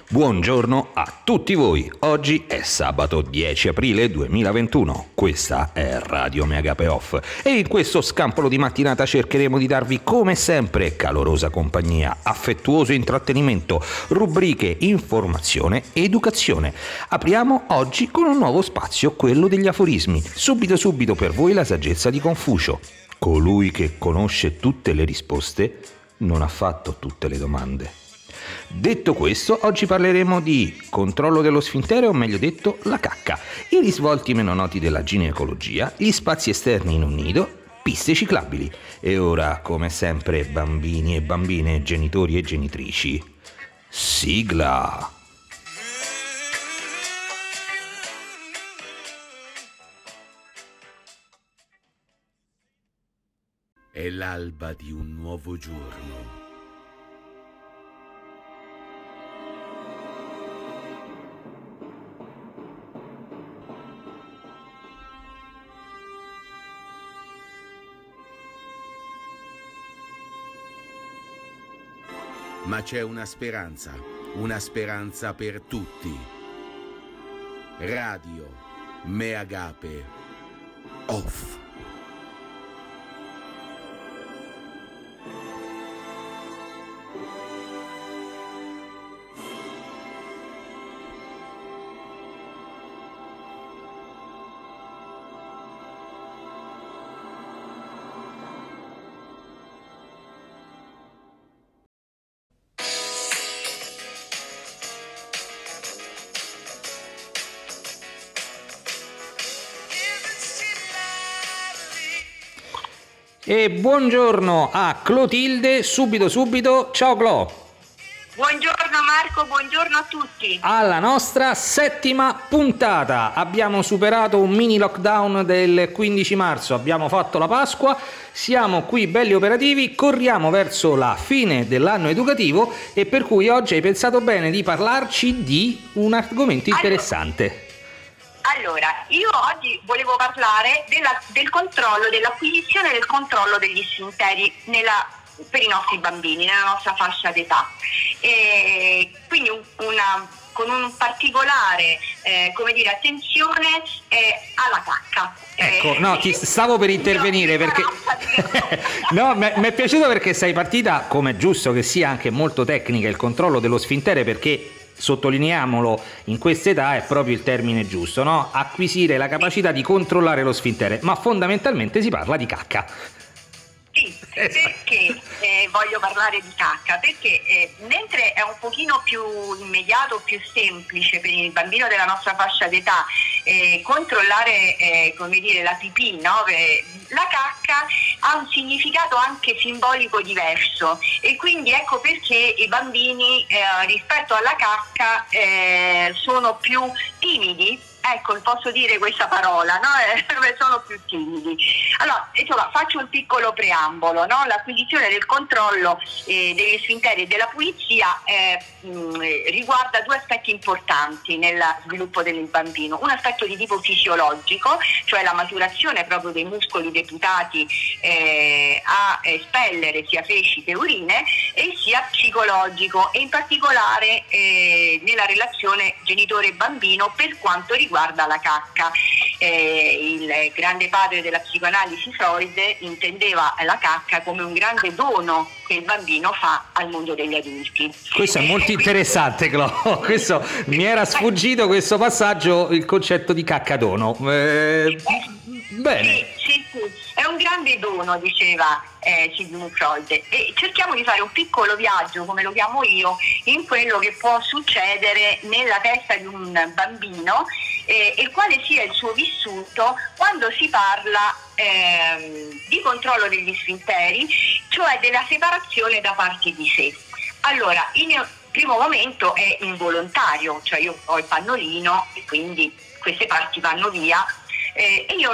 Buongiorno a tutti voi, oggi è sabato 10 aprile 2021, questa è Radio Meagape Off e in questo scampolo di mattinata cercheremo di darvi come sempre calorosa compagnia, affettuoso intrattenimento, rubriche, informazione e educazione. Apriamo oggi con un nuovo spazio, quello degli aforismi, subito per voi la saggezza di Confucio. Colui che conosce tutte le risposte non ha fatto tutte le domande. Detto questo, oggi parleremo di controllo dello sfintere, o meglio detto la cacca, i risvolti meno noti della ginecologia, gli spazi esterni in un nido, piste ciclabili. E ora, come sempre, bambini e bambine, genitori e genitrici, sigla! È l'alba di un nuovo giorno. Ma c'è una speranza per tutti. Radio Meagape Off. E buongiorno a Clotilde, subito, ciao Clo! Buongiorno Marco, buongiorno a tutti! Alla nostra settima puntata, abbiamo superato un mini lockdown del 15 marzo, abbiamo fatto la Pasqua, siamo qui belli operativi, corriamo verso la fine dell'anno educativo e per cui oggi hai pensato bene di parlarci di un argomento interessante. Allora, io oggi volevo parlare del controllo, dell'acquisizione e del controllo degli sfinteri per i nostri bambini, nella nostra fascia d'età. Quindi con un particolare attenzione alla cacca. Ecco, no, ti stavo per intervenire perché no, mi è piaciuto perché sei partita, come è giusto che sia, anche molto tecnica, il controllo dello sfintere, perché sottolineiamolo, in questa età è proprio il termine giusto, no? Acquisire la capacità di controllare lo sfintere, ma fondamentalmente si parla di cacca. Sì, perché voglio parlare di cacca? Perché mentre è un pochino più immediato, più semplice per il bambino della nostra fascia d'età controllare la pipì, no? La cacca ha un significato anche simbolico diverso e quindi ecco perché i bambini rispetto alla cacca sono più timidi. Ecco, posso dire questa parola, no? Sono più timidi. Allora, insomma, faccio un piccolo preambolo, no? L'acquisizione del controllo degli sfinteri e della pulizia riguarda due aspetti importanti nel sviluppo del bambino. Un aspetto di tipo fisiologico, cioè la maturazione proprio dei muscoli deputati a espellere sia feci che urine, e sia psicologico, e in particolare nella relazione genitore-bambino per quanto riguarda la cacca. Il grande padre della psicoanalisi Freud intendeva la cacca come un grande dono che il bambino fa al mondo degli adulti. Questo è molto interessante, Clo. Questo mi era sfuggito, questo passaggio, il concetto di caccadono. Bene. Sì, è un grande dono, diceva Sigmund Freud, e cerchiamo di fare un piccolo viaggio, come lo chiamo io, in quello che può succedere nella testa di un bambino e quale sia il suo vissuto quando si parla di controllo degli sfinteri, cioè della separazione da parti di sé. Allora, in primo momento è involontario, cioè io ho il pannolino e quindi queste parti vanno via. E io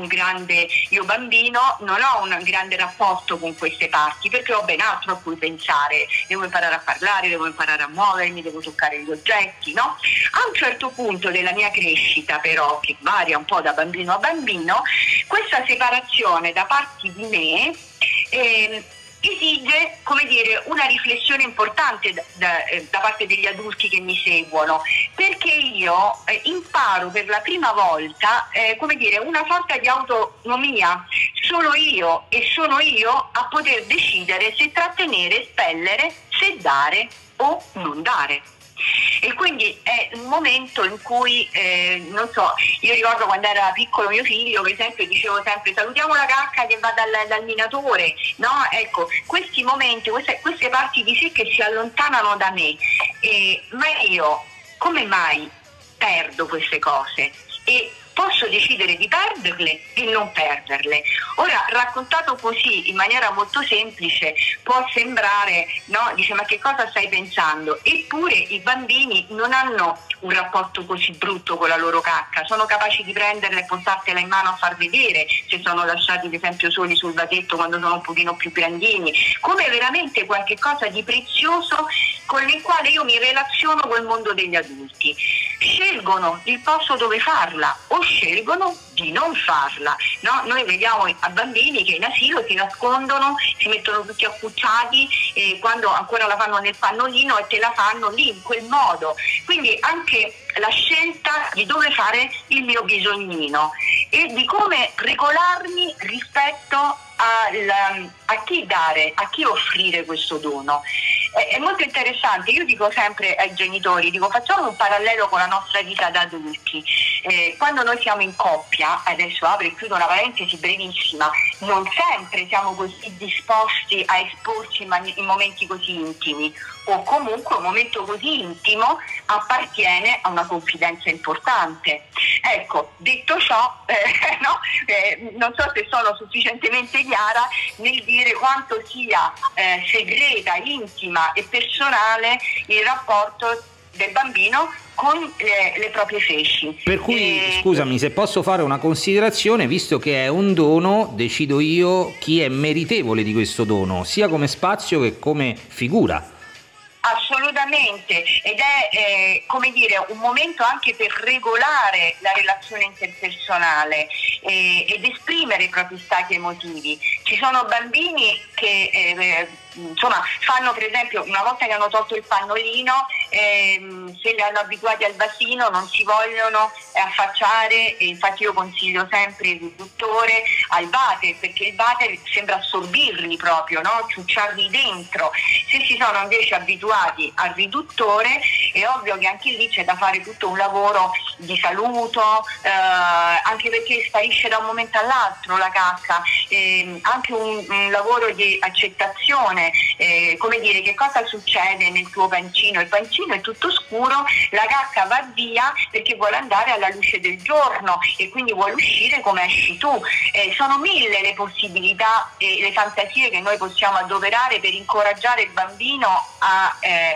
io bambino non ho un grande rapporto con queste parti perché ho ben altro a cui pensare, devo imparare a parlare, devo imparare a muovermi, devo toccare gli oggetti, no? A un certo punto della mia crescita, però, che varia un po' da bambino a bambino, questa separazione da parti di me esige, come dire, una riflessione importante da parte degli adulti che mi seguono, perché io imparo per la prima volta, come dire, una sorta di autonomia. Solo io e sono io a poter decidere se trattenere, espellere, se dare o non dare. E quindi è un momento in cui, non so, io ricordo quando era piccolo mio figlio, per esempio, dicevo sempre salutiamo la cacca che va dal minatore, no? Ecco, questi momenti, queste parti di sé che si allontanano da me, ma io come mai perdo queste cose? E posso decidere di perderle e non perderle. Ora, raccontato così in maniera molto semplice può sembrare, no? Dice, ma che cosa stai pensando? Eppure i bambini non hanno un rapporto così brutto con la loro cacca, sono capaci di prenderla e portartela in mano a far vedere se sono lasciati ad esempio soli sul vasetto quando sono un pochino più grandini, come veramente qualche cosa di prezioso con il quale io mi relaziono col mondo degli adulti. Scelgono il posto dove farla o scelgono di non farla, no? Noi vediamo a bambini che in asilo si nascondono, si mettono tutti accucciati quando ancora la fanno nel pannolino e te la fanno lì in quel modo, quindi anche la scelta di dove fare il mio bisognino e di come regolarmi rispetto a chi dare, a chi offrire questo dono. È molto interessante, io dico sempre ai genitori, facciamo un parallelo con la nostra vita da adulti. Quando noi siamo in coppia, adesso apro e chiudo una parentesi brevissima, non sempre siamo così disposti a esporci in momenti così intimi, o comunque un momento così intimo appartiene a una confidenza importante. Ecco, detto ciò, non so se sono sufficientemente chiara nel dire quanto sia segreta, intima e personale il rapporto del bambino con le proprie feci. Per cui, scusami, se posso fare una considerazione, visto che è un dono, decido io chi è meritevole di questo dono, sia come spazio che come figura. Assolutamente, ed è come dire un momento anche per regolare la relazione interpersonale ed esprimere i propri stati emotivi. Ci sono bambini che insomma fanno, per esempio, una volta che hanno tolto il pannolino, se li hanno abituati al vasino non si vogliono affacciare, e infatti io consiglio sempre il riduttore al water, perché il water sembra assorbirli proprio, no? Ciucciarli dentro. Se si sono invece abituati al riduttore è ovvio che anche lì c'è da fare tutto un lavoro di saluto, anche perché sparisce da un momento all'altro la cacca, anche un lavoro di accettazione, come dire, che cosa succede nel tuo pancino? Il pancino è tutto scuro, la cacca va via perché vuole andare alla luce del giorno e quindi vuole uscire come esci tu. Sono mille le possibilità e le fantasie che noi possiamo adoperare per incoraggiare il bambino a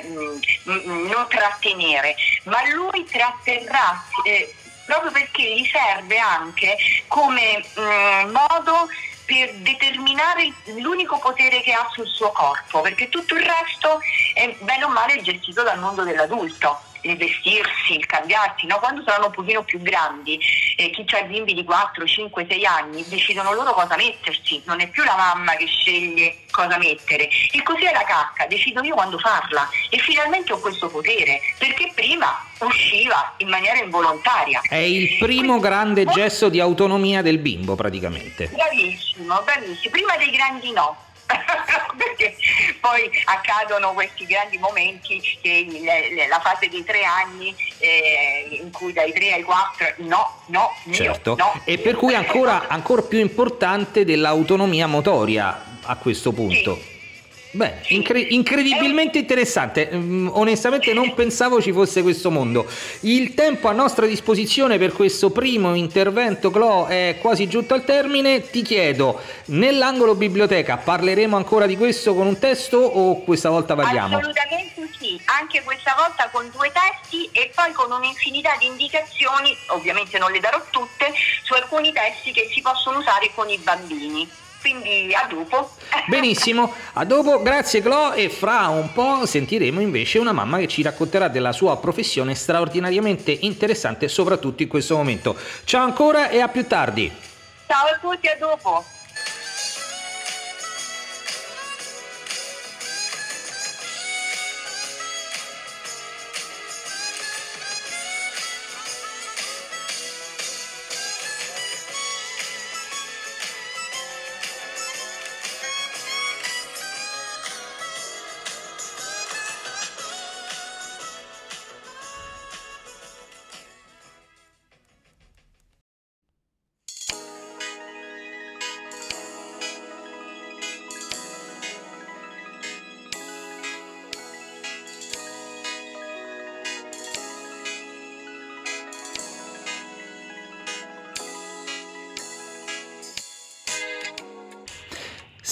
non trattenere, ma lui tratterrà proprio perché gli serve anche come modo per determinare l'unico potere che ha sul suo corpo, perché tutto il resto è bene o male gestito dal mondo dell'adulto. Il vestirsi, il cambiarsi, no? Quando saranno un pochino più grandi, chi ha bimbi di 4, 5, 6 anni, decidono loro cosa mettersi, non è più la mamma che sceglie cosa mettere. E così è la cacca, decido io quando farla e finalmente ho questo potere, perché prima usciva in maniera involontaria. È il primo grande gesto di autonomia del bimbo praticamente. Bravissimo, bravissimo, prima dei grandi no. Perché poi accadono questi grandi momenti, la fase dei 3 anni in cui dai 3 ai 4 no, certo, no. E per cui ancora più importante dell'autonomia motoria a questo punto. Sì. Beh, incredibilmente interessante, onestamente non pensavo ci fosse questo mondo. Il tempo a nostra disposizione per questo primo intervento, Clo, è quasi giunto al termine. Ti chiedo, nell'angolo biblioteca parleremo ancora di questo con un testo o questa volta variamo? Assolutamente sì, anche questa volta con 2 testi e poi con un'infinità di indicazioni, ovviamente non le darò tutte, su alcuni testi che si possono usare con i bambini. Quindi a dopo. Benissimo, a dopo, grazie Clo, e fra un po' sentiremo invece una mamma che ci racconterà della sua professione straordinariamente interessante, soprattutto in questo momento. Ciao ancora e a più tardi. Ciao a tutti, a dopo.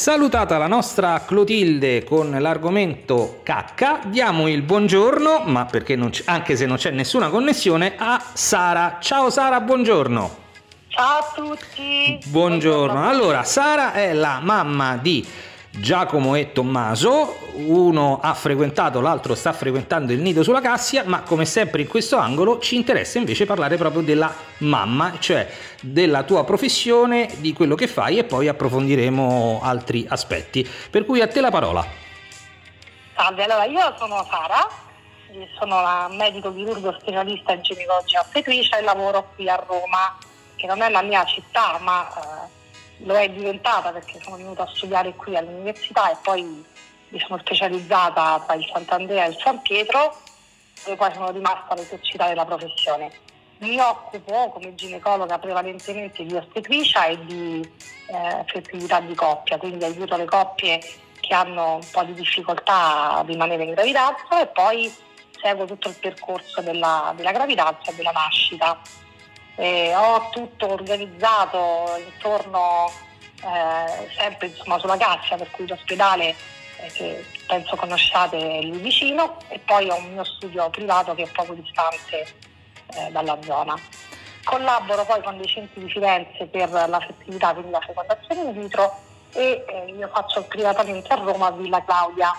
Salutata la nostra Clotilde con l'argomento cacca, diamo il buongiorno, ma perché anche se non c'è nessuna connessione, a Sara. Ciao Sara, buongiorno. Ciao a tutti. Buongiorno. Allora, Sara è la mamma di Giacomo e Tommaso, uno ha frequentato, l'altro sta frequentando il nido sulla Cassia, ma come sempre in questo angolo ci interessa invece parlare proprio della mamma, cioè della tua professione, di quello che fai, e poi approfondiremo altri aspetti. Per cui a te la parola. Salve, allora io sono Sara, sono la medico chirurgo specialista in ginecologia ostetricia e lavoro qui a Roma, che non è la mia città, ma lo è diventata perché sono venuta a studiare qui all'università e poi mi sono specializzata tra il Sant'Andrea e il San Pietro, dove poi sono rimasta all'esercitare della professione. Mi occupo come ginecologa prevalentemente di ostetricia e di fertilità di coppia, quindi aiuto le coppie che hanno un po' di difficoltà a rimanere in gravidanza e poi seguo tutto il percorso della gravidanza e della nascita. Ho tutto organizzato intorno sempre insomma sulla Cassia, per cui l'ospedale che penso conosciate è lì vicino, e poi ho un mio studio privato che è poco distante dalla zona. Collaboro poi con dei centri di Firenze per la fertilità, quindi la fecondazione in vitro, e io faccio privatamente a Roma a Villa Claudia.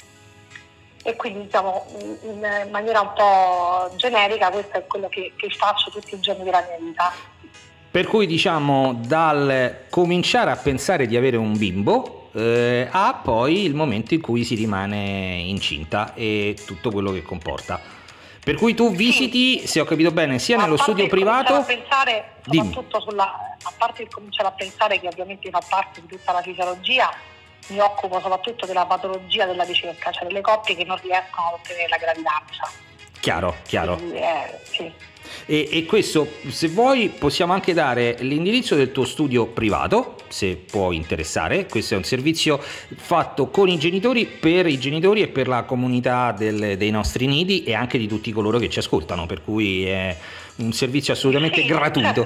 E quindi diciamo in maniera un po' generica questo è quello che faccio tutti i giorni della mia vita. Per cui diciamo dal cominciare a pensare di avere un bimbo a poi il momento in cui si rimane incinta e tutto quello che comporta. Per cui tu visiti, se ho capito bene, sia nello studio privato. A pensare soprattutto a parte il cominciare a pensare che ovviamente fa parte di tutta la fisiologia, mi occupo soprattutto della patologia della ricerca, cioè delle coppie che non riescono ad ottenere la gravidanza. Chiaro. Quindi, sì. E questo, se vuoi, possiamo anche dare l'indirizzo del tuo studio privato, se può interessare. Questo è un servizio fatto con i genitori, per i genitori e per la comunità dei nostri nidi e anche di tutti coloro che ci ascoltano, per cui è un servizio assolutamente gratuito.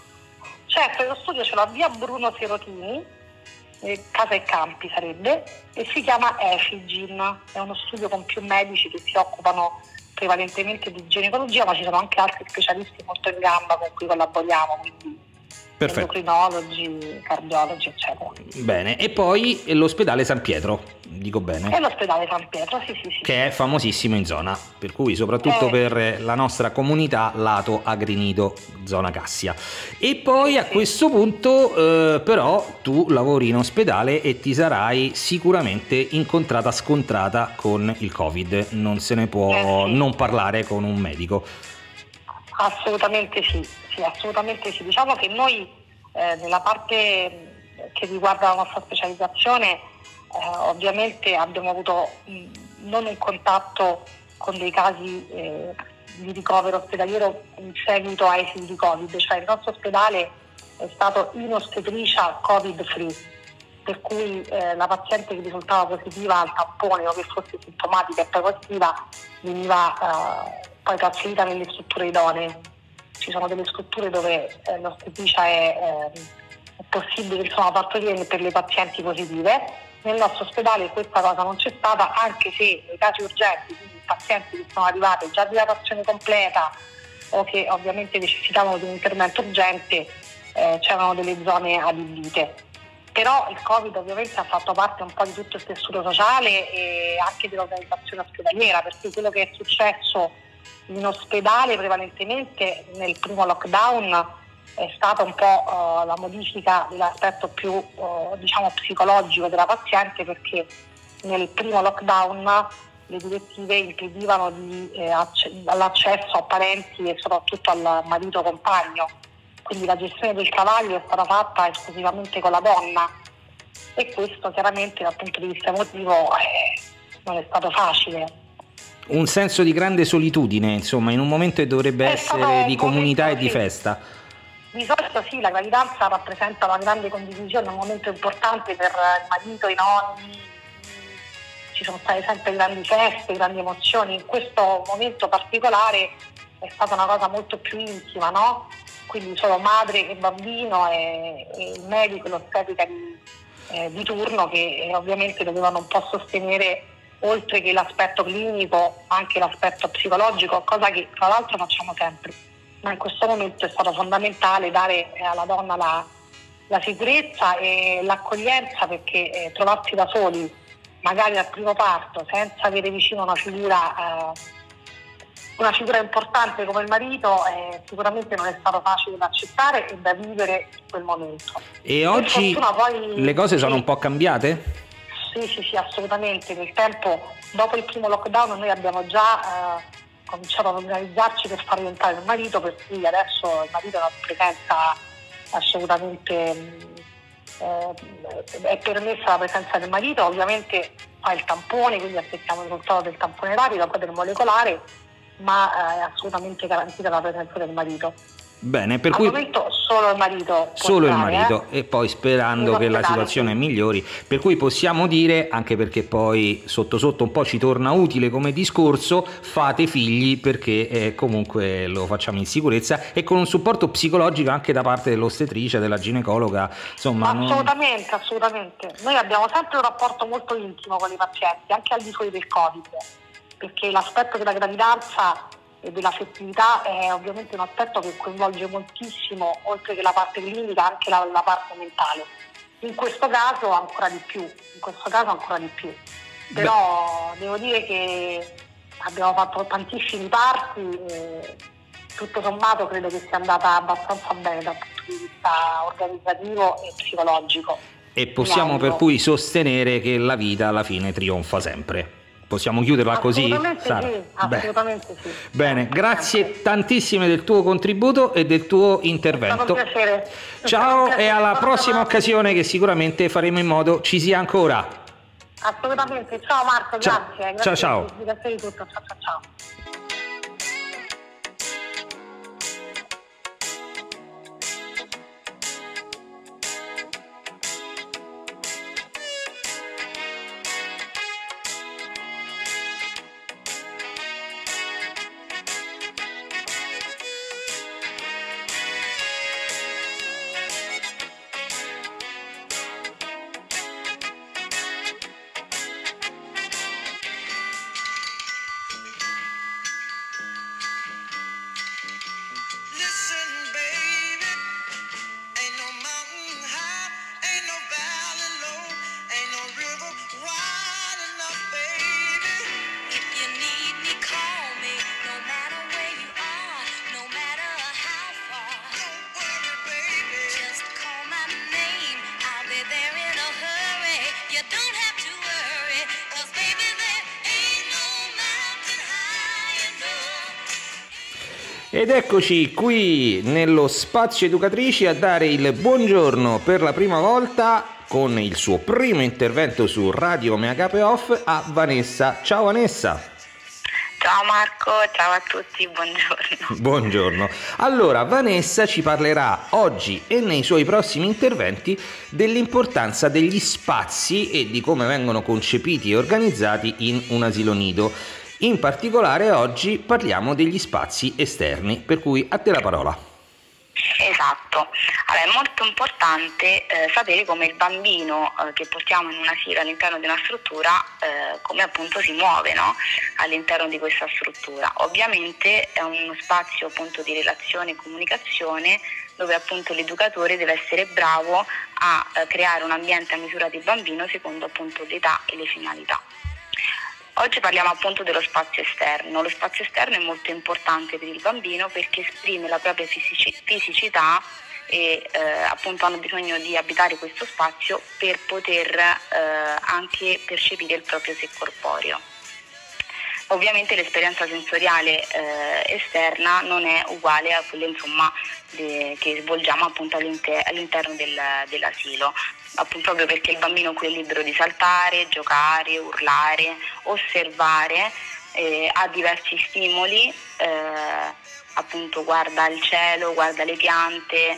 Certo, lo studio ce l'ho a via Bruno Sirotini, Casa e Campi sarebbe, e si chiama Efigin, è uno studio con più medici che si occupano prevalentemente di ginecologia, ma ci sono anche altri specialisti molto in gamba con cui collaboriamo, quindi endocrinologi, cardiologi, eccetera. Bene, e poi l'ospedale San Pietro, dico bene? È l'ospedale San Pietro, sì. Che è famosissimo in zona, per cui soprattutto per la nostra comunità lato Agrinido, zona Cassia. E poi a questo punto però tu lavori in ospedale e ti sarai sicuramente scontrata con il Covid, non se ne può non parlare con un medico. Assolutamente sì, assolutamente sì. Diciamo che noi nella parte che riguarda la nostra specializzazione ovviamente abbiamo avuto non un contatto con dei casi di ricovero ospedaliero in seguito a esiti di Covid, cioè il nostro ospedale è stato in ostetricia Covid free, per cui la paziente che risultava positiva al tampone o che fosse sintomatica e poi positiva veniva poi trasferita nelle strutture idonee. Ci sono delle strutture dove l'ostetricia è possibile partorire per le pazienti positive. Nel nostro ospedale questa cosa non c'è stata, anche se nei casi urgenti, quindi pazienti che sono arrivate già di dilatazione completa o che ovviamente necessitavano di un intervento urgente, c'erano delle zone adibite. Però il Covid ovviamente ha fatto parte un po' di tutto il tessuto sociale e anche dell'organizzazione ospedaliera, perché quello che è successo in ospedale prevalentemente nel primo lockdown è stata un po' la modifica dell'aspetto più psicologico della paziente, perché nel primo lockdown le direttive impedivano l'accesso a parenti e soprattutto al marito compagno, quindi la gestione del travaglio è stata fatta esclusivamente con la donna e questo chiaramente dal punto di vista emotivo non è stato facile. Un senso di grande solitudine, insomma, in un momento che dovrebbe essere di comunità e di festa. Di solito sì, la gravidanza rappresenta una grande condivisione, un momento importante per il marito, i nonni, ci sono state sempre grandi feste, grandi emozioni. In questo momento particolare è stata una cosa molto più intima, no? Quindi solo madre e bambino e il medico e l'ostetrica di turno che ovviamente dovevano un po' sostenere, oltre che l'aspetto clinico, anche l'aspetto psicologico, cosa che tra l'altro facciamo sempre, ma in questo momento è stato fondamentale dare alla donna la sicurezza e l'accoglienza, perché trovarsi da soli magari al primo parto senza avere vicino una figura importante come il marito sicuramente non è stato facile da accettare e da vivere in quel momento. E oggi poi, le cose sono un po' cambiate? Sì, assolutamente. Nel tempo, dopo il primo lockdown, noi abbiamo già cominciato ad organizzarci per far rientrare il marito, per cui adesso il marito è una presenza assolutamente, è permessa la presenza del marito. Ovviamente fa il tampone, quindi aspettiamo il risultato del tampone rapido, poi del molecolare, ma è assolutamente garantita la presenza del marito. Bene, per al cui momento solo il marito solo il marito, e poi sperando che la situazione migliori, per cui possiamo dire, anche perché poi sotto sotto un po' ci torna utile come discorso, fate figli, perché comunque lo facciamo in sicurezza e con un supporto psicologico anche da parte dell'ostetrice, della ginecologa, insomma. Assolutamente. Noi abbiamo sempre un rapporto molto intimo con i pazienti, anche al di fuori del Covid, perché l'aspetto della gravidanza e della fertilità è ovviamente un aspetto che coinvolge moltissimo, oltre che la parte clinica, anche la parte mentale. In questo caso ancora di più. Però devo dire che abbiamo fatto tantissimi parti e tutto sommato credo che sia andata abbastanza bene dal punto di vista organizzativo e psicologico. E possiamo per cui sostenere che la vita alla fine trionfa sempre. Possiamo chiuderla così, Sara? Assolutamente sì. Bene, grazie tantissime del tuo contributo e del tuo intervento. È stato un piacere. Ciao, e alla prossima occasione che sicuramente faremo in modo ci sia ancora. Assolutamente. Ciao Marco, grazie. Ciao. Grazie di tutto. Ciao. Ed eccoci qui nello Spazio Educatrici a dare il buongiorno per la prima volta con il suo primo intervento su Radio Mea Cape Off a Vanessa. Ciao Vanessa. Ciao Marco, ciao a tutti, buongiorno. Buongiorno. Allora, Vanessa ci parlerà oggi e nei suoi prossimi interventi dell'importanza degli spazi e di come vengono concepiti e organizzati in un asilo nido. In particolare oggi parliamo degli spazi esterni, per cui a te la parola. Esatto, allora è molto importante sapere come il bambino che portiamo in un asilo all'interno di una struttura, come appunto si muove, no? All'interno di questa struttura. Ovviamente è uno spazio appunto di relazione e comunicazione dove appunto l'educatore deve essere bravo a creare un ambiente a misura di bambino secondo appunto l'età e le finalità. Oggi parliamo appunto dello spazio esterno. Lo spazio esterno è molto importante per il bambino perché esprime la propria fisicità e appunto hanno bisogno di abitare questo spazio per poter anche percepire il proprio sé corporeo. Ovviamente l'esperienza sensoriale esterna non è uguale a quelle che svolgiamo appunto all'interno dell'asilo. Appunto proprio perché il bambino qui è libero di saltare, giocare, urlare, osservare, ha diversi stimoli, appunto guarda il cielo, guarda le piante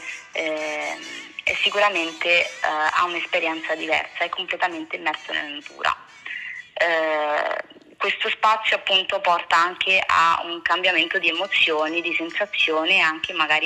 e sicuramente ha un'esperienza diversa, è completamente immerso nella natura. questo spazio appunto porta anche a un cambiamento di emozioni, di sensazioni e anche magari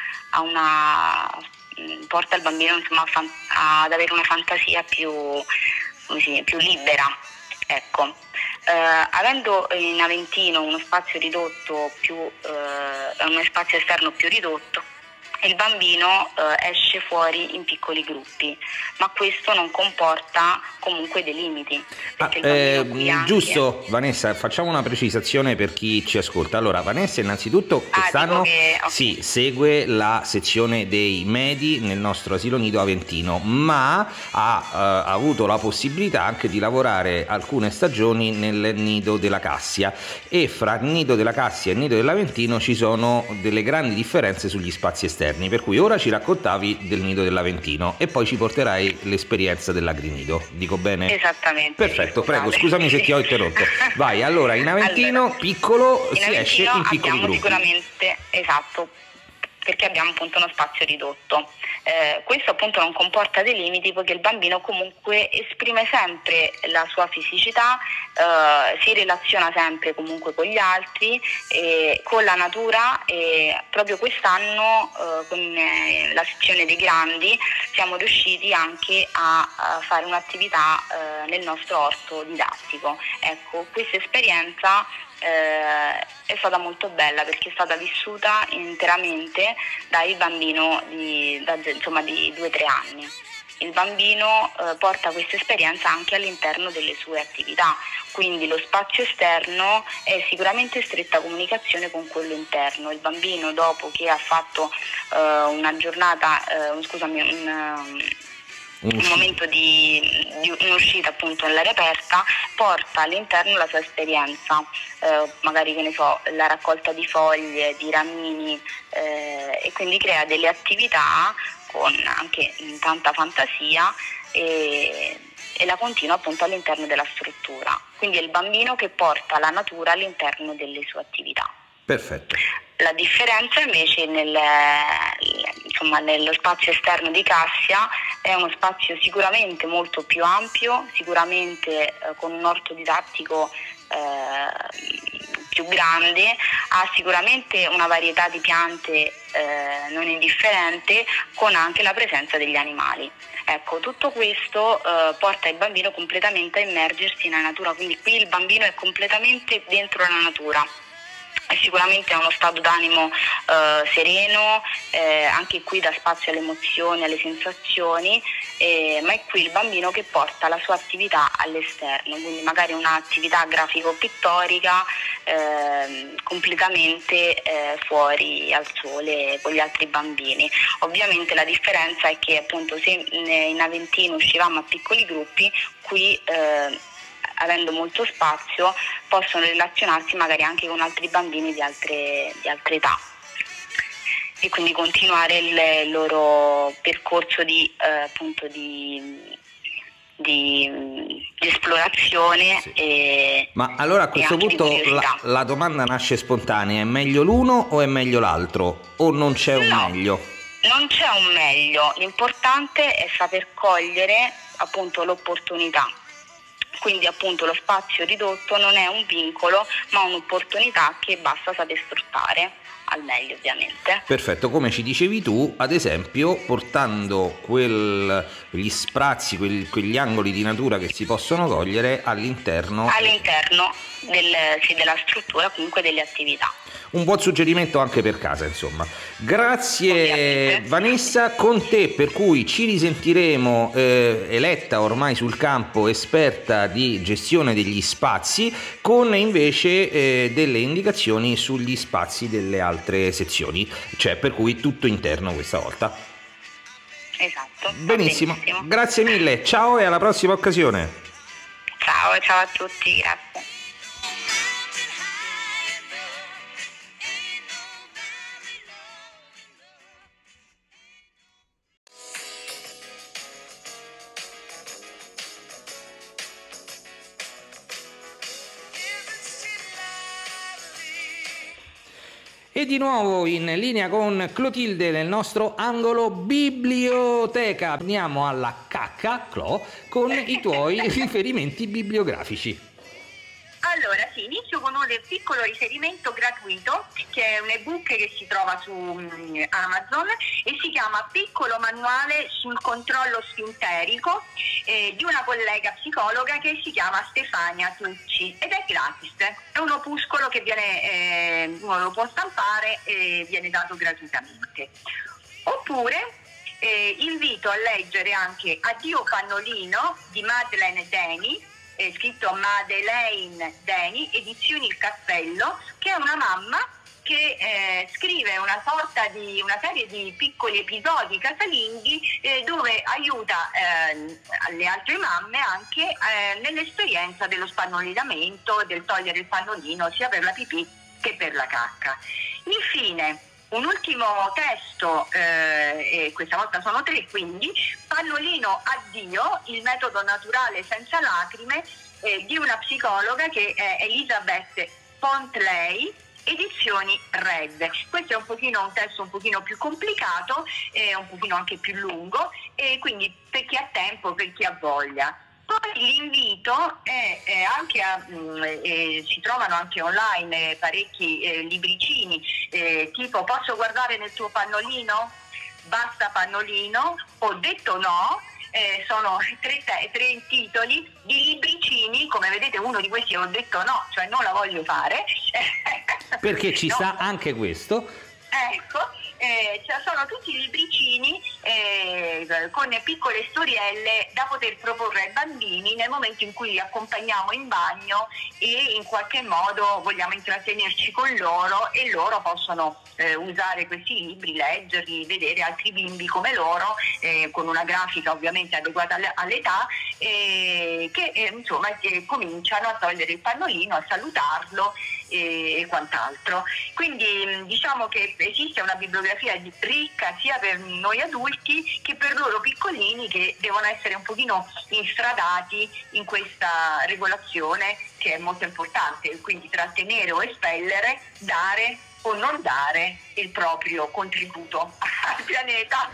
porta il bambino insomma ad avere una fantasia più libera, ecco. Avendo in Aventino uno spazio ridotto uno spazio esterno più ridotto, il bambino esce fuori in piccoli gruppi, ma questo non comporta comunque dei limiti. Giusto, Vanessa, facciamo una precisazione per chi ci ascolta. Allora, Vanessa innanzitutto quest'anno sì, segue la sezione dei medi nel nostro asilo nido Aventino, ma ha avuto la possibilità anche di lavorare alcune stagioni nel nido della Cassia, e fra nido della Cassia e nido dell'Aventino ci sono delle grandi differenze sugli spazi esterni, per cui ora ci raccontavi del nido dell'Aventino e poi ci porterai l'esperienza dell'agrinido, dico bene? Esattamente. Perfetto, prego, scusami se ti ho interrotto. Vai, allora, in Aventino piccolo si esce in piccoli gruppi. Sicuramente, esatto, perché abbiamo appunto uno spazio ridotto. Questo appunto non comporta dei limiti, poiché il bambino comunque esprime sempre la sua fisicità, si relaziona sempre comunque con gli altri, con la natura, e proprio quest'anno con la sezione dei grandi siamo riusciti anche a fare un'attività nel nostro orto didattico. Ecco, questa esperienza è stata molto bella perché è stata vissuta interamente dai bambino di 2-3 anni. Il bambino porta questa esperienza anche all'interno delle sue attività, quindi lo spazio esterno è sicuramente stretta comunicazione con quello interno. Il bambino, dopo che ha fatto una giornata, un momento di un'uscita appunto nell'aria aperta, porta all'interno la sua esperienza, magari la raccolta di foglie, di ramini, e quindi crea delle attività con anche tanta fantasia e la continua appunto all'interno della struttura. Quindi è il bambino che porta la natura all'interno delle sue attività. Perfetto. La differenza invece nello spazio esterno di Cassia è uno spazio sicuramente molto più ampio, sicuramente con un orto didattico più grande, ha sicuramente una varietà di piante non indifferente, con anche la presenza degli animali. Ecco, tutto questo porta il bambino completamente a immergersi nella natura, quindi qui il bambino è completamente dentro la natura. Sicuramente è uno stato d'animo sereno, anche qui dà spazio alle emozioni, alle sensazioni, ma è qui il bambino che porta la sua attività all'esterno, quindi magari un'attività grafico-pittorica completamente fuori al sole con gli altri bambini. Ovviamente la differenza è che appunto se in Aventino uscivamo a piccoli gruppi, qui avendo molto spazio possono relazionarsi magari anche con altri bambini di altre età e quindi continuare il loro percorso di esplorazione. Sì. Ma allora a questo punto la domanda nasce spontanea: è meglio l'uno o è meglio l'altro, o non c'è un meglio? Non c'è un meglio, l'importante è saper cogliere appunto l'opportunità. Quindi appunto lo spazio ridotto non è un vincolo, ma un'opportunità che basta saper sfruttare al meglio, ovviamente. Perfetto, come ci dicevi tu, ad esempio portando quegli sprazzi, quegli angoli di natura che si possono cogliere all'interno della struttura, comunque delle attività. Un buon suggerimento anche per casa, insomma. Grazie ovviamente. Vanessa, con te per cui ci risentiremo, eletta ormai sul campo esperta di gestione degli spazi, con invece delle indicazioni sugli spazi delle altre sezioni, cioè per cui tutto interno questa volta. Esatto. Benissimo, grazie mille, ciao e alla prossima occasione. Ciao a tutti, grazie. E di nuovo in linea con Clotilde nel nostro angolo biblioteca. Andiamo alla cacca, Clo, con i tuoi riferimenti bibliografici. Allora, inizio con un piccolo riferimento gratuito, che è un ebook che si trova su Amazon e si chiama Piccolo manuale sul controllo sfinterico di una collega psicologa che si chiama Stefania Tucci, ed è gratis, è un opuscolo che viene, uno lo può stampare e viene dato gratuitamente. Oppure invito a leggere anche Addio Pannolino di Madeleine Deni, scritto Madeleine Deni, edizioni Il Castello, che è una mamma che scrive una serie di piccoli episodi casalinghi dove aiuta le altre mamme anche nell'esperienza dello spannolinamento, del togliere il pannolino sia per la pipì che per la cacca. Infine, un ultimo testo, e questa volta sono 3, quindi Pannolino addio, il metodo naturale senza lacrime, di una psicologa che è Elisabeth Pontley, edizioni Red. Questo è un testo un pochino più complicato, un pochino anche più lungo, e quindi per chi ha tempo, per chi ha voglia. Poi l'invito è anche si trovano anche online parecchi libricini, tipo Posso guardare nel tuo pannolino? Basta pannolino, Ho detto no. Sono tre titoli di libricini, come vedete uno di questi Ho detto no, cioè non la voglio fare. Perché ci sta anche questo. Ecco, sono tutti libricini con piccole storielle da poter proporre ai bambini nel momento in cui li accompagniamo in bagno e in qualche modo vogliamo intrattenerci con loro, e loro possono usare questi libri, leggerli, vedere altri bimbi come loro, con una grafica ovviamente adeguata all'età, che insomma cominciano a togliere il pannolino, a salutarlo e quant'altro. Quindi diciamo che esiste una bibliografia ricca sia per noi adulti che per loro piccolini, che devono essere un pochino instradati in questa regolazione che è molto importante, quindi trattenere o espellere, dare o non dare il proprio contributo al pianeta.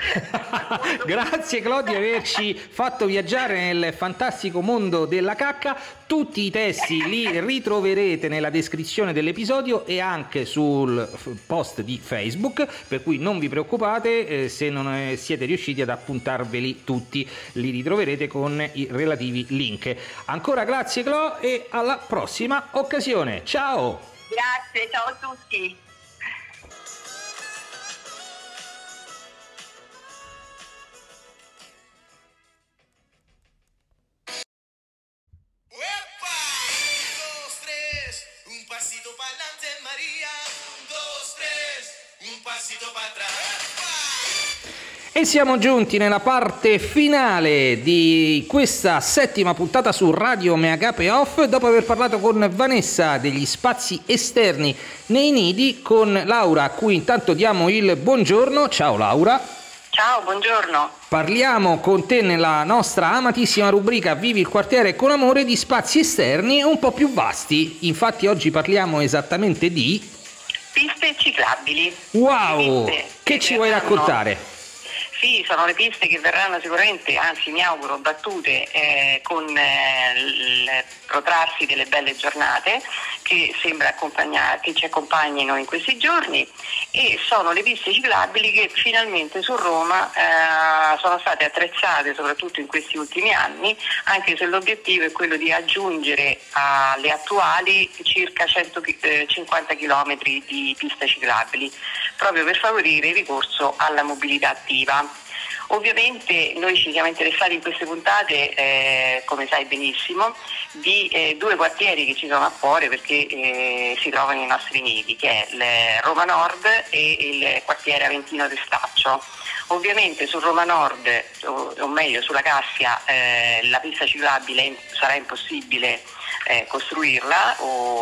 Grazie Claudia di averci fatto viaggiare nel fantastico mondo della cacca. Tutti i testi li ritroverete nella descrizione dell'episodio e anche sul post di Facebook, per cui non vi preoccupate se non siete riusciti ad appuntarveli tutti, li ritroverete con i relativi link. Ancora grazie Clo e alla prossima occasione. Ciao! Grazie, ciao a tutti. E siamo giunti nella parte finale di questa settima puntata su Radio Meagape Off, dopo aver parlato con Vanessa degli spazi esterni nei nidi, con Laura a cui intanto diamo il buongiorno. Ciao Laura. Ciao, buongiorno. Parliamo con te nella nostra amatissima rubrica Vivi il quartiere con amore di spazi esterni un po' più vasti. Infatti oggi parliamo esattamente di piste ciclabili. Wow! Che ci vuoi raccontare? Sì, sono le piste che verranno sicuramente, anzi mi auguro, battute con il protrarsi delle belle giornate che sembra che ci accompagnino in questi giorni, e sono le piste ciclabili che finalmente su Roma sono state attrezzate soprattutto in questi ultimi anni, anche se l'obiettivo è quello di aggiungere alle attuali circa 150 km di piste ciclabili, proprio per favorire il ricorso alla mobilità attiva. Ovviamente noi ci siamo interessati in queste puntate, come sai benissimo, di due quartieri che ci sono a cuore perché si trovano nei nostri nidi, che è Roma Nord e il quartiere Aventino Testaccio. Ovviamente su Roma Nord, o meglio sulla Cassia, la pista ciclabile sarà impossibile costruirla,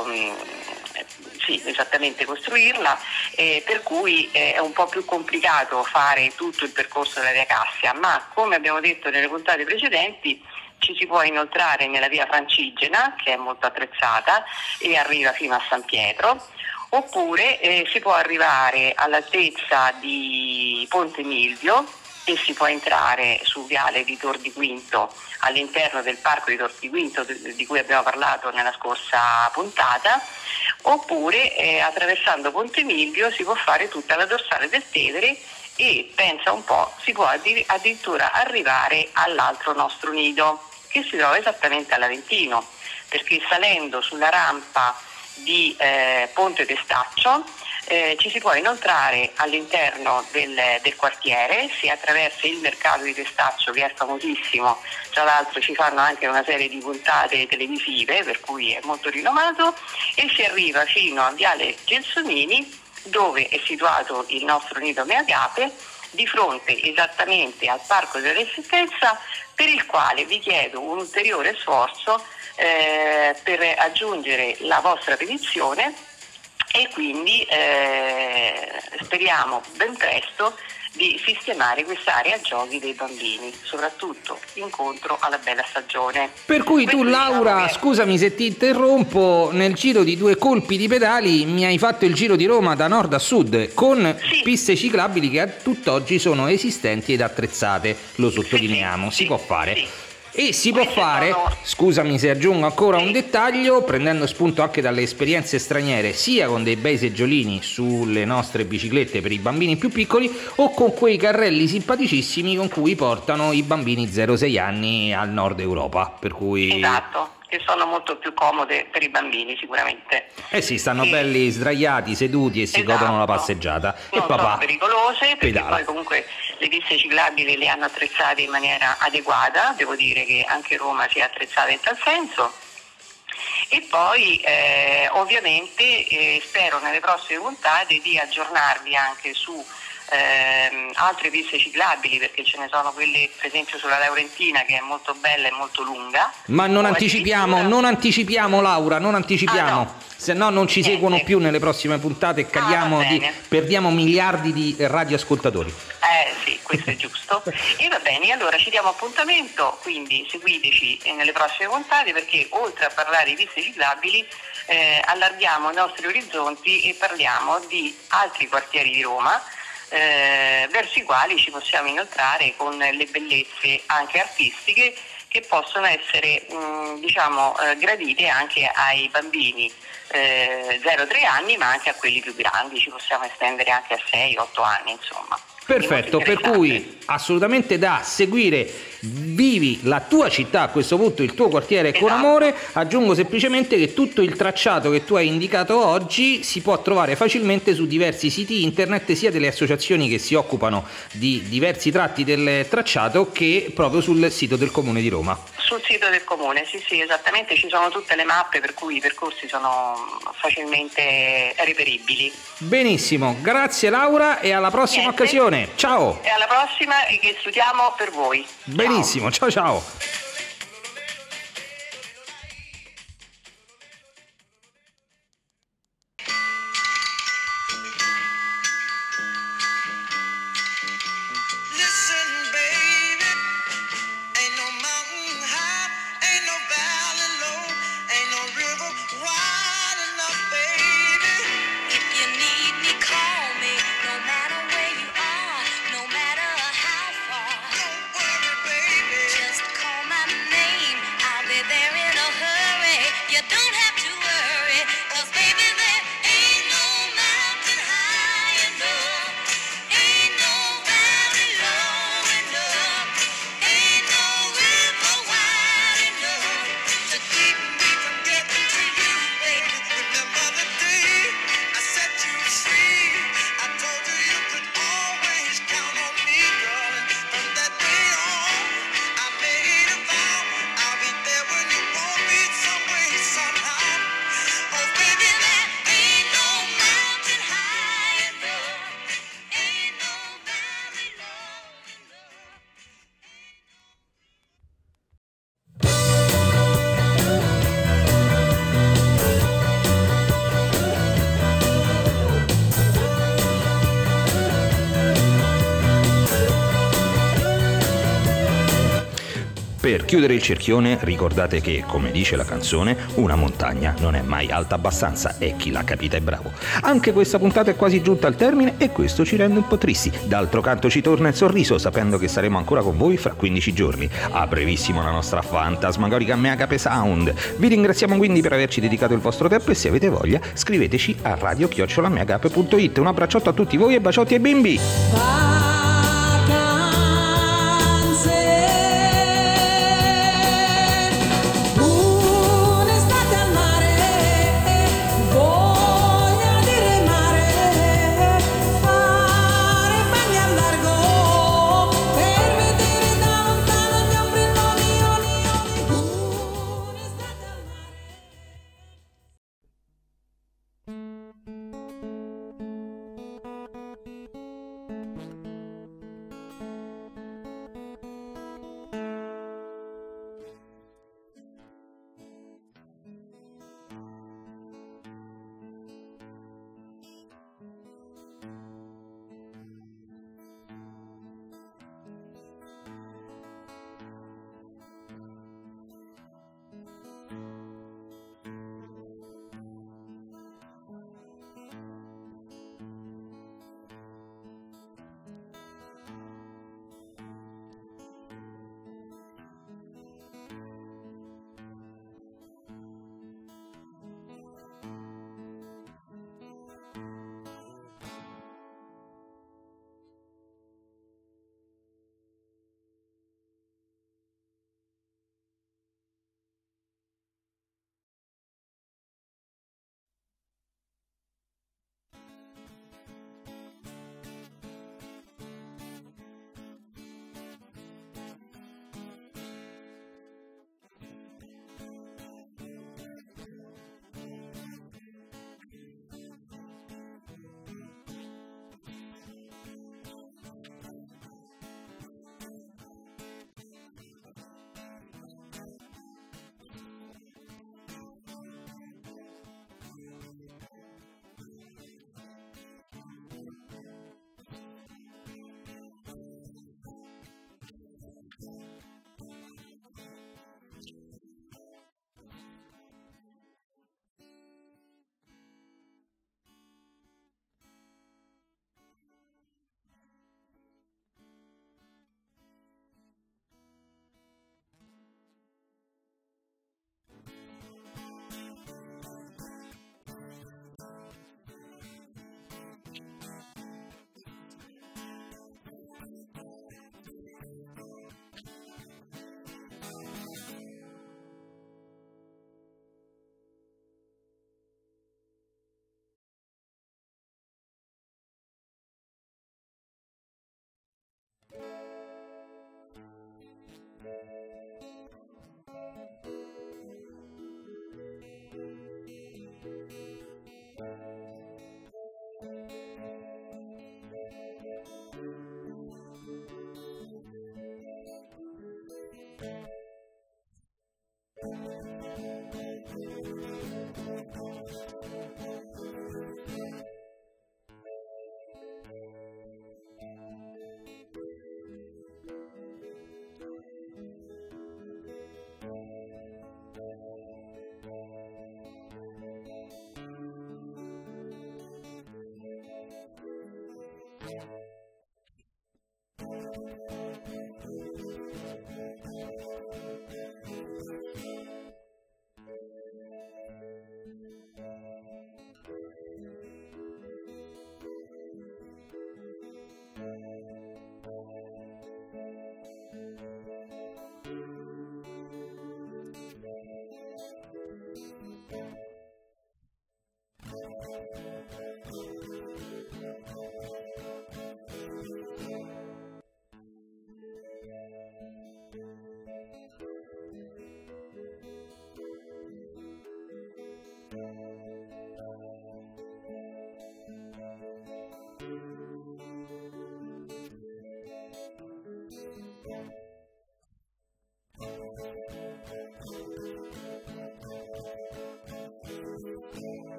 costruirla, per cui è un po' più complicato fare tutto il percorso della via Cassia, ma come abbiamo detto nelle puntate precedenti ci si può inoltrare nella via Francigena, che è molto attrezzata e arriva fino a San Pietro, oppure si può arrivare all'altezza di Ponte Milvio e si può entrare su Viale di Tor di Quinto all'interno del parco di Tor di Quinto di cui abbiamo parlato nella scorsa puntata, oppure attraversando Ponte Milvio si può fare tutta la dorsale del Tevere e pensa un po', si può addirittura arrivare all'altro nostro nido che si trova esattamente all'Aventino, perché salendo sulla rampa di Ponte Testaccio ci si può inoltrare all'interno del quartiere, si attraversa il mercato di Testaccio che è famosissimo, tra l'altro ci fanno anche una serie di puntate televisive per cui è molto rinomato, e si arriva fino a Viale Gelsomini dove è situato il nostro nido Meagape, di fronte esattamente al Parco della Resistenza, per il quale vi chiedo un ulteriore sforzo per aggiungere la vostra petizione e quindi speriamo ben presto di sistemare quest'area giochi dei bambini, soprattutto incontro alla bella stagione. Per cui tu, Laura, scusami se ti interrompo, nel giro di 2 colpi di pedali mi hai fatto il giro di Roma da nord a sud con piste ciclabili che a tutt'oggi sono esistenti ed attrezzate, lo sottolineiamo, si può fare. Sì. E si può fare, scusami se aggiungo ancora un dettaglio, prendendo spunto anche dalle esperienze straniere, sia con dei bei seggiolini sulle nostre biciclette per i bambini più piccoli o con quei carrelli simpaticissimi con cui portano i bambini 0-6 anni al nord Europa, per cui... Esatto, che sono molto più comode per i bambini sicuramente. Eh sì, stanno belli sdraiati, seduti e si godono la passeggiata. Non e papà sono pericolose, perché pedala. poi comunque le piste ciclabili le hanno attrezzate in maniera adeguata, devo dire che anche Roma si è attrezzata in tal senso. E poi ovviamente spero nelle prossime puntate di aggiornarvi anche su altre piste ciclabili, perché ce ne sono quelle per esempio sulla Laurentina che è molto bella e molto lunga. Ma non anticipiamo Laura, non anticipiamo, no. se no non ci seguono più nelle prossime puntate e cadiamo perdiamo miliardi di radioascoltatori. Sì, questo è giusto. E va bene, allora ci diamo appuntamento, quindi seguiteci nelle prossime puntate, perché oltre a parlare di piste ciclabili allarghiamo i nostri orizzonti e parliamo di altri quartieri di Roma verso i quali ci possiamo inoltrare con le bellezze anche artistiche che possono essere gradite anche ai bambini 0-3 anni, ma anche a quelli più grandi, ci possiamo estendere anche a 6-8 anni, insomma. Perfetto, per cui assolutamente da seguire. Vivi la tua città, a questo punto il tuo quartiere con amore. Aggiungo semplicemente che tutto il tracciato che tu hai indicato oggi si può trovare facilmente su diversi siti internet, sia delle associazioni che si occupano di diversi tratti del tracciato che proprio sul sito del Comune di Roma. Sul sito del Comune, sì, esattamente, ci sono tutte le mappe per cui i percorsi sono facilmente reperibili. Benissimo, grazie Laura e alla prossima occasione. Ciao! E alla prossima, e che studiamo per voi. Benissimo, ciao. Just call my Per chiudere il cerchione, ricordate che, come dice la canzone, una montagna non è mai alta abbastanza e chi l'ha capita è bravo. Anche questa puntata è quasi giunta al termine e questo ci rende un po' tristi. D'altro canto ci torna il sorriso sapendo che saremo ancora con voi fra 15 giorni. A brevissimo la nostra fantasmagorica Meagape Sound. Vi ringraziamo quindi per averci dedicato il vostro tempo e se avete voglia scriveteci a radio@meagape.it. Un abbracciotto a tutti voi e baciotti ai bimbi!